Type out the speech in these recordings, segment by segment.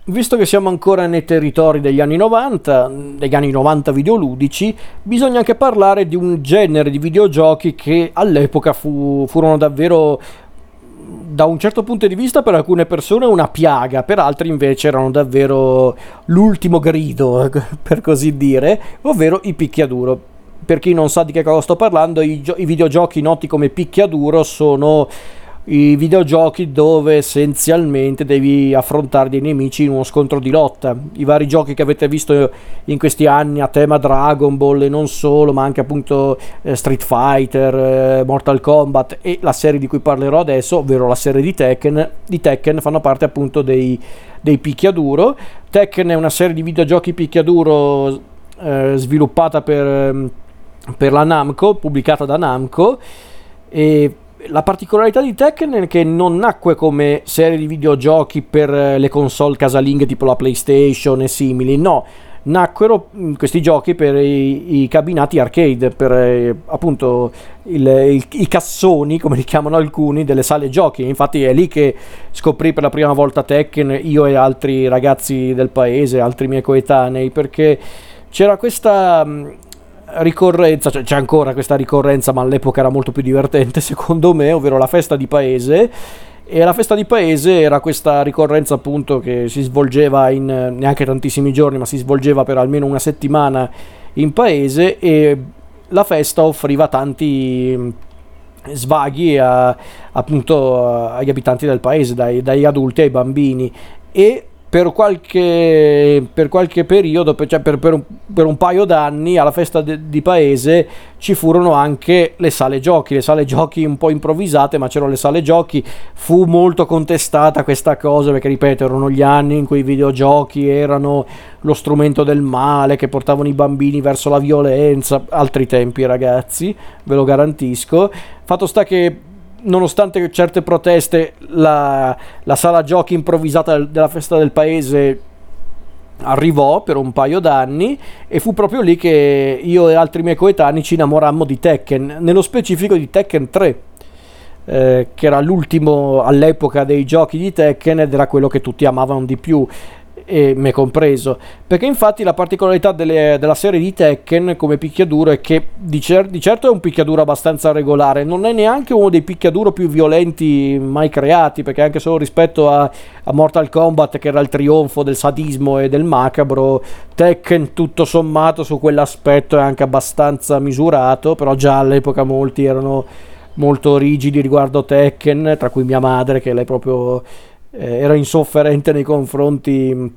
visto che siamo ancora nei territori degli anni 90 videoludici, bisogna anche parlare di un genere di videogiochi che all'epoca furono davvero, da un certo punto di vista, per alcune persone una piaga, per altri invece erano davvero l'ultimo grido, per così dire, ovvero i picchiaduro. Per chi non sa di che cosa sto parlando, i videogiochi noti come picchiaduro sono i videogiochi dove essenzialmente devi affrontare dei nemici in uno scontro di lotta. I vari giochi che avete visto in questi anni a tema Dragon Ball e non solo, ma anche appunto Street Fighter, Mortal Kombat e la serie di cui parlerò adesso, ovvero la serie di Tekken fanno parte appunto dei picchiaduro. Tekken è una serie di videogiochi picchiaduro sviluppata per la Namco, pubblicata da Namco, e la particolarità di Tekken è che non nacque come serie di videogiochi per le console casalinghe tipo la PlayStation e simili, no, nacquero questi giochi per i cabinati arcade, per appunto i cassoni, come li chiamano alcuni, delle sale giochi. Infatti è lì che scoprì per la prima volta Tekken, io e altri ragazzi del paese, altri miei coetanei, perché c'era questa ricorrenza, cioè c'è ancora questa ricorrenza, ma all'epoca era molto più divertente secondo me, ovvero la festa di paese. E la festa di paese era questa ricorrenza appunto che si svolgeva in neanche tantissimi giorni, ma si svolgeva per almeno una settimana in paese, e la festa offriva tanti svaghi appunto agli abitanti del paese, dagli adulti ai bambini. E per qualche periodo, cioè per un paio d'anni, alla festa di paese ci furono anche le sale giochi un po' improvvisate, ma c'erano le sale giochi. Fu molto contestata questa cosa perché, ripeto, erano gli anni in cui i videogiochi erano lo strumento del male, che portavano i bambini verso la violenza. Altri tempi, ragazzi, ve lo garantisco. Fatto sta che, nonostante certe proteste, la sala giochi improvvisata della festa del paese arrivò per un paio d'anni, e fu proprio lì che io e altri miei coetanei ci innamorammo di Tekken, nello specifico di Tekken 3, che era l'ultimo all'epoca dei giochi di Tekken ed era quello che tutti amavano di più, e me compreso, perché infatti la particolarità della serie di Tekken come picchiaduro è che di certo è un picchiaduro abbastanza regolare, non è neanche uno dei picchiaduro più violenti mai creati, perché anche solo rispetto a Mortal Kombat, che era il trionfo del sadismo e del macabro, Tekken tutto sommato su quell'aspetto è anche abbastanza misurato. Però già all'epoca molti erano molto rigidi riguardo Tekken, tra cui mia madre, che lei proprio era insofferente nei confronti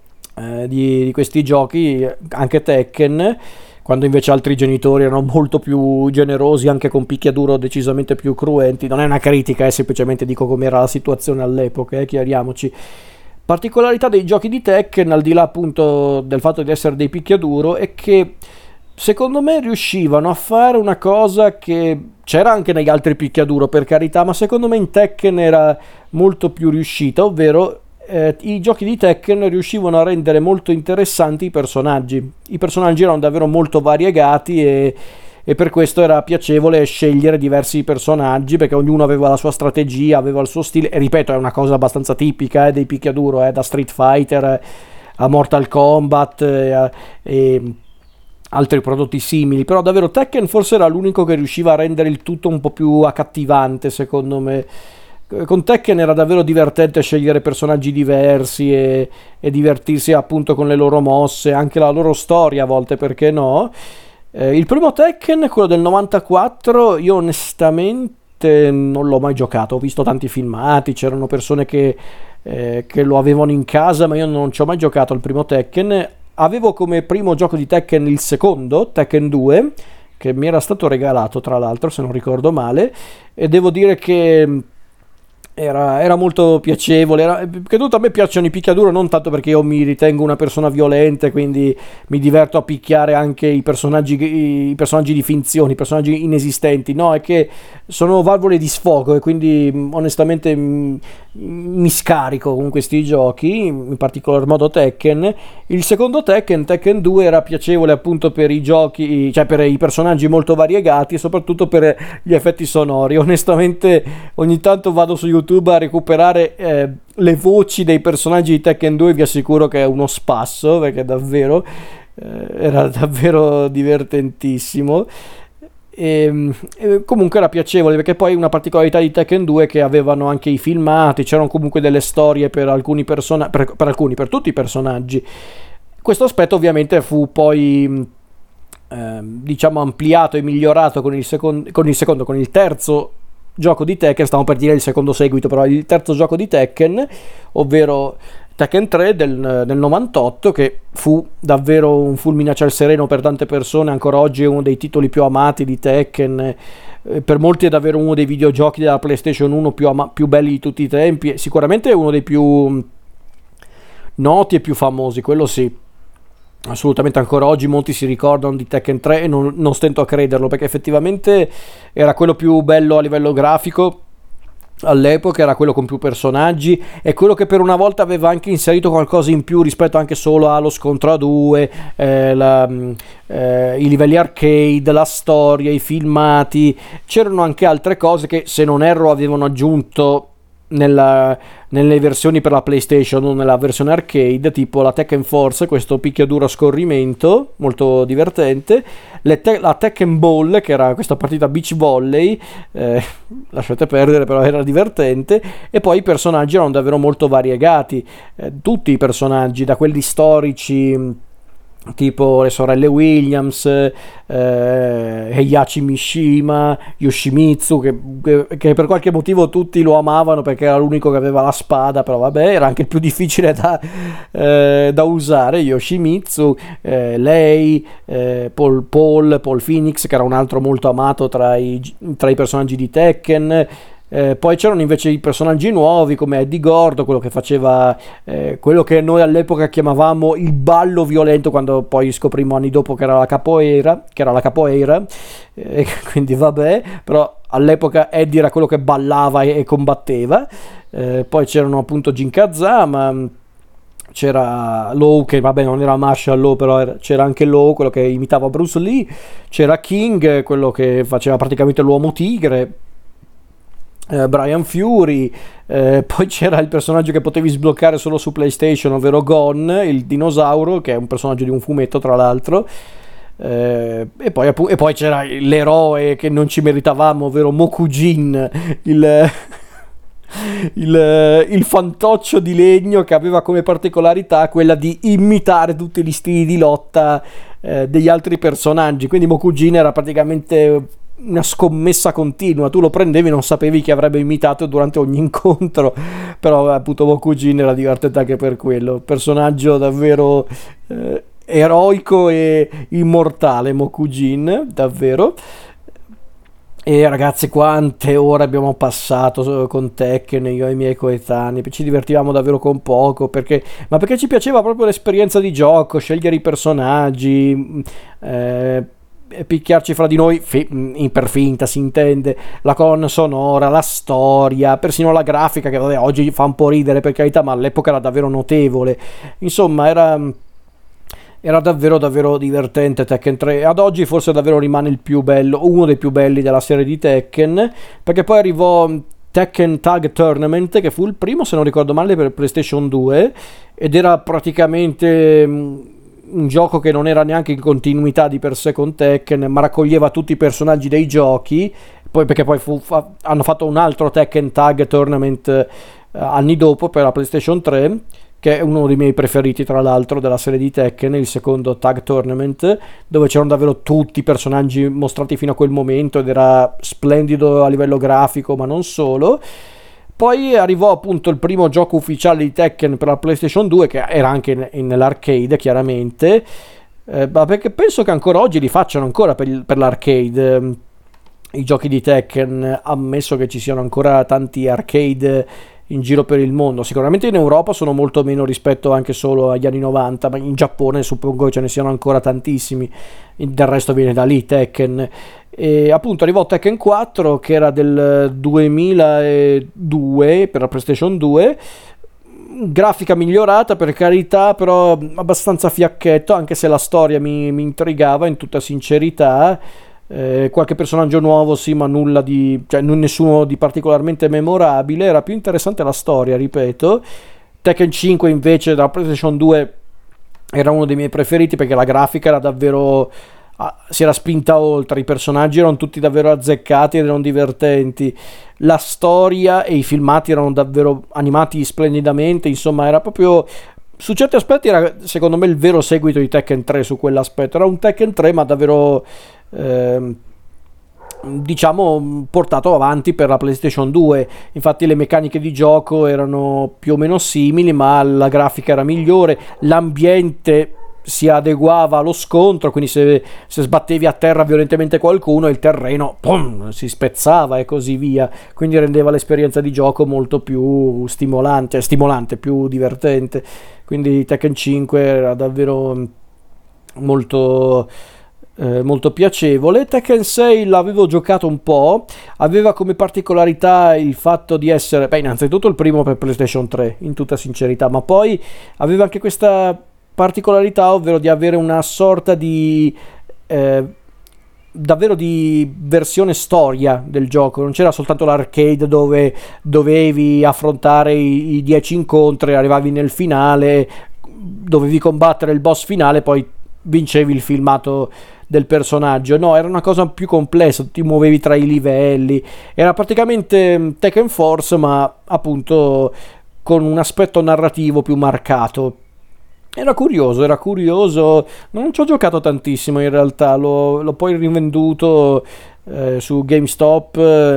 di questi giochi, anche Tekken, quando invece altri genitori erano molto più generosi, anche con picchiaduro decisamente più cruenti. Non è una critica, semplicemente dico com'era la situazione all'epoca, chiariamoci. Particolarità dei giochi di Tekken, al di là appunto del fatto di essere dei picchiaduro, è che secondo me riuscivano a fare una cosa che c'era anche negli altri picchiaduro, per carità, ma secondo me in Tekken era molto più riuscita, ovvero i giochi di Tekken riuscivano a rendere molto interessanti i personaggi. I personaggi erano davvero molto variegati, e per questo era piacevole scegliere diversi personaggi, perché ognuno aveva la sua strategia, aveva il suo stile. E ripeto, è una cosa abbastanza tipica dei picchiaduro, da Street Fighter a Mortal Kombat e altri prodotti simili. Però davvero Tekken forse era l'unico che riusciva a rendere il tutto un po' più accattivante, secondo me. Con Tekken era davvero divertente scegliere personaggi diversi e divertirsi appunto con le loro mosse, anche la loro storia a volte, perché no. Il primo Tekken, quello del 94, io onestamente non l'ho mai giocato. Ho visto tanti filmati, c'erano persone che lo avevano in casa, ma io non ci ho mai giocato al primo Tekken. Avevo come primo gioco di Tekken il secondo, Tekken 2, che mi era stato regalato tra l'altro, se non ricordo male, e devo dire che era molto piacevole. Credo a me piacciono i picchiaduro, non tanto perché io mi ritengo una persona violenta, quindi mi diverto a picchiare anche i personaggi di finzione, i personaggi inesistenti, no, è che sono valvole di sfogo, e quindi onestamente mi scarico con questi giochi, in particolar modo Tekken. Il secondo Tekken 2, era piacevole appunto per i giochi, cioè per i personaggi molto variegati, e soprattutto per gli effetti sonori. Onestamente ogni tanto vado su YouTube YouTube a recuperare le voci dei personaggi di Tekken 2, vi assicuro che è uno spasso, perché davvero era davvero divertentissimo. E comunque era piacevole, perché poi una particolarità di Tekken 2 è che avevano anche i filmati, c'erano comunque delle storie per alcuni personaggi, per tutti i personaggi. Questo aspetto ovviamente fu poi diciamo ampliato e migliorato con il terzo gioco di Tekken. Stavo per dire il secondo seguito, però il terzo gioco di Tekken, ovvero Tekken 3 del 98, che fu davvero un fulmine a ciel sereno per tante persone. Ancora oggi è uno dei titoli più amati di Tekken, per molti è davvero uno dei videogiochi della PlayStation 1 più belli di tutti i tempi, sicuramente è uno dei più noti e più famosi, quello sì. Assolutamente, ancora oggi molti si ricordano di Tekken 3 e non stento a crederlo, perché effettivamente era quello più bello a livello grafico all'epoca, era quello con più personaggi, e quello che per una volta aveva anche inserito qualcosa in più rispetto anche solo allo scontro a due, i livelli arcade, la storia, i filmati. C'erano anche altre cose che, se non erro, avevano aggiunto nelle versioni per la PlayStation o nella versione arcade, tipo la Tekken Force, questo picchiaduro a scorrimento molto divertente, la Tekken Ball, che era questa partita beach volley, lasciate perdere, però era divertente. E poi i personaggi erano davvero molto variegati, tutti i personaggi, da quelli storici tipo le sorelle Williams, Heihachi Mishima, Yoshimitsu, che per qualche motivo tutti lo amavano perché era l'unico che aveva la spada, però vabbè, era anche il più difficile da usare. Yoshimitsu, lei, Paul Phoenix, che era un altro molto amato tra i personaggi di Tekken. Poi c'erano invece i personaggi nuovi come Eddie Gordo, quello che faceva quello che noi all'epoca chiamavamo il ballo violento, quando poi scoprimmo anni dopo che era la capoeira, quindi vabbè, però all'epoca Eddie era quello che ballava e combatteva. Poi c'erano appunto Jin Kazama, c'era Law, che vabbè non era Martial Law, però c'era anche Law, quello che imitava Bruce Lee, c'era King, quello che faceva praticamente l'uomo tigre, Brian Fury, poi c'era il personaggio che potevi sbloccare solo su PlayStation, ovvero Gon, il dinosauro, che è un personaggio di un fumetto tra l'altro, e poi c'era l'eroe che non ci meritavamo, ovvero Mokujin, il fantoccio di legno, che aveva come particolarità quella di imitare tutti gli stili di lotta degli altri personaggi. Quindi Mokujin era praticamente una scommessa continua, tu lo prendevi e non sapevi chi avrebbe imitato durante ogni incontro. Però appunto Mokujin era divertente anche per quello, personaggio davvero eroico e immortale, Mokujin, davvero. E ragazzi, quante ore abbiamo passato con Tekken, io e i miei coetanei, ci divertivamo davvero con poco, perché ci piaceva proprio l'esperienza di gioco, scegliere i personaggi, picchiarci fra di noi, per finta si intende, la colonna sonora, la storia, persino la grafica, che vabbè, oggi fa un po' ridere per carità, ma all'epoca era davvero notevole. Insomma, era davvero davvero divertente Tekken 3. Ad oggi forse davvero rimane il più bello, uno dei più belli della serie di Tekken, perché poi arrivò Tekken Tag Tournament, che fu il primo, se non ricordo male, per PlayStation 2, ed era praticamente un gioco che non era neanche in continuità di per sé con Tekken, ma raccoglieva tutti i personaggi dei giochi. Poi perché poi hanno fatto un altro Tekken Tag Tournament anni dopo per la PlayStation 3, che è uno dei miei preferiti tra l'altro della serie di Tekken, il secondo Tag Tournament, dove c'erano davvero tutti i personaggi mostrati fino a quel momento ed era splendido a livello grafico, ma non solo. Poi arrivò appunto il primo gioco ufficiale di Tekken per la PlayStation 2, che era anche nell'arcade chiaramente, perché penso che ancora oggi li facciano ancora per l'arcade, i giochi di Tekken, ammesso che ci siano ancora tanti arcade in giro per il mondo. Sicuramente in Europa sono molto meno rispetto anche solo agli anni 90, ma in Giappone suppongo che ce ne siano ancora tantissimi. Del resto viene da lì Tekken. E appunto arrivò Tekken 4, che era del 2002 per la PlayStation 2, grafica migliorata per carità, però abbastanza fiacchetto, anche se la storia mi intrigava in tutta sincerità. qualche personaggio nuovo sì, ma nulla di, cioè nessuno di particolarmente memorabile. Era più interessante la storia, ripeto. Tekken 5 invece dalla PlayStation 2 era uno dei miei preferiti perché la grafica era davvero, si era spinta oltre, i personaggi erano tutti davvero azzeccati ed erano divertenti, la storia e i filmati erano davvero animati splendidamente, insomma era proprio, su certi aspetti era secondo me il vero seguito di Tekken 3. Su quell'aspetto era un Tekken 3 ma davvero diciamo portato avanti per la PlayStation 2. Infatti le meccaniche di gioco erano più o meno simili, ma la grafica era migliore, l'ambiente si adeguava allo scontro, quindi se sbattevi a terra violentemente qualcuno il terreno pum, si spezzava e così via, quindi rendeva l'esperienza di gioco molto più stimolante, più divertente. Quindi Tekken 5 era davvero molto molto piacevole. Tekken 6 l'avevo giocato un po', aveva come particolarità il fatto di essere, beh, innanzitutto il primo per PlayStation 3, in tutta sincerità, ma poi aveva anche questa particolarità, ovvero di avere una sorta di davvero di versione storia del gioco. Non c'era soltanto l'arcade dove dovevi affrontare i 10 incontri, arrivavi nel finale, dovevi combattere il boss finale, poi vincevi il filmato del personaggio. No, era una cosa più complessa, ti muovevi tra i livelli, era praticamente Tekken Force ma appunto con un aspetto narrativo più marcato. Era curioso, non ci ho giocato tantissimo in realtà, l'ho poi rivenduto su GameStop,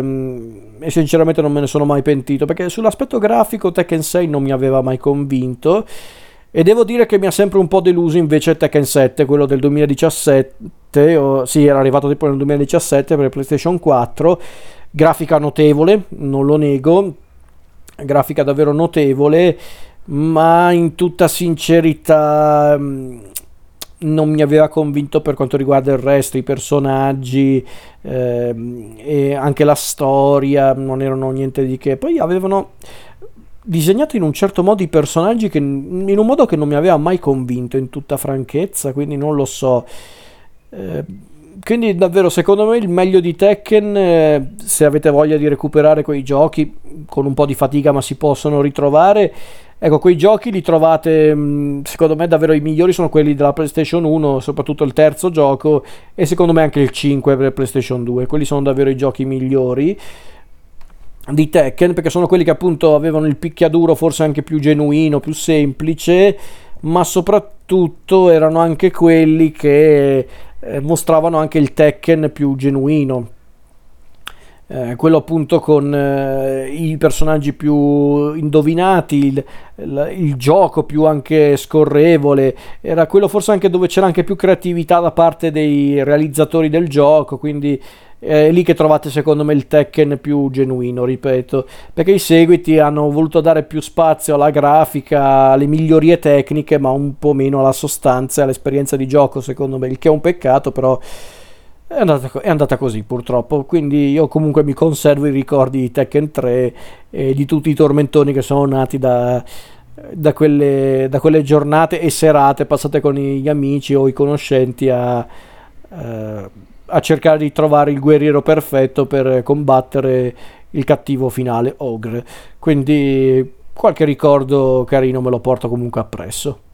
e sinceramente non me ne sono mai pentito perché sull'aspetto grafico Tekken 6 non mi aveva mai convinto. E devo dire che mi ha sempre un po' deluso invece Tekken 7, quello del 2017, sì, era arrivato tipo nel 2017 per PlayStation 4, grafica notevole, non lo nego, grafica davvero notevole, ma in tutta sincerità non mi aveva convinto per quanto riguarda il resto, i personaggi e anche la storia non erano niente di che. Poi avevano disegnato in un certo modo i personaggi che in un modo che non mi aveva mai convinto, in tutta franchezza, quindi non lo so. Quindi davvero secondo me il meglio di Tekken, se avete voglia di recuperare quei giochi con un po' di fatica ma si possono ritrovare, ecco, quei giochi li trovate, secondo me davvero i migliori sono quelli della PlayStation 1, soprattutto il terzo gioco, e secondo me anche il 5 per PlayStation 2, quelli sono davvero i giochi migliori di Tekken, perché sono quelli che appunto avevano il picchiaduro forse anche più genuino, più semplice, ma soprattutto erano anche quelli che mostravano anche il Tekken più genuino, quello appunto con i personaggi più indovinati, il gioco più anche scorrevole, era quello forse anche dove c'era anche più creatività da parte dei realizzatori del gioco, quindi è lì che trovate secondo me il Tekken più genuino, ripeto, perché i seguiti hanno voluto dare più spazio alla grafica, alle migliorie tecniche, ma un po' meno alla sostanza e all'esperienza di gioco, secondo me, il che è un peccato, però è andata così purtroppo. Quindi io comunque mi conservo i ricordi di Tekken 3 e di tutti i tormentoni che sono nati da quelle giornate e serate passate con gli amici o i conoscenti a cercare di trovare il guerriero perfetto per combattere il cattivo finale Ogre. Quindi qualche ricordo carino me lo porto comunque appresso.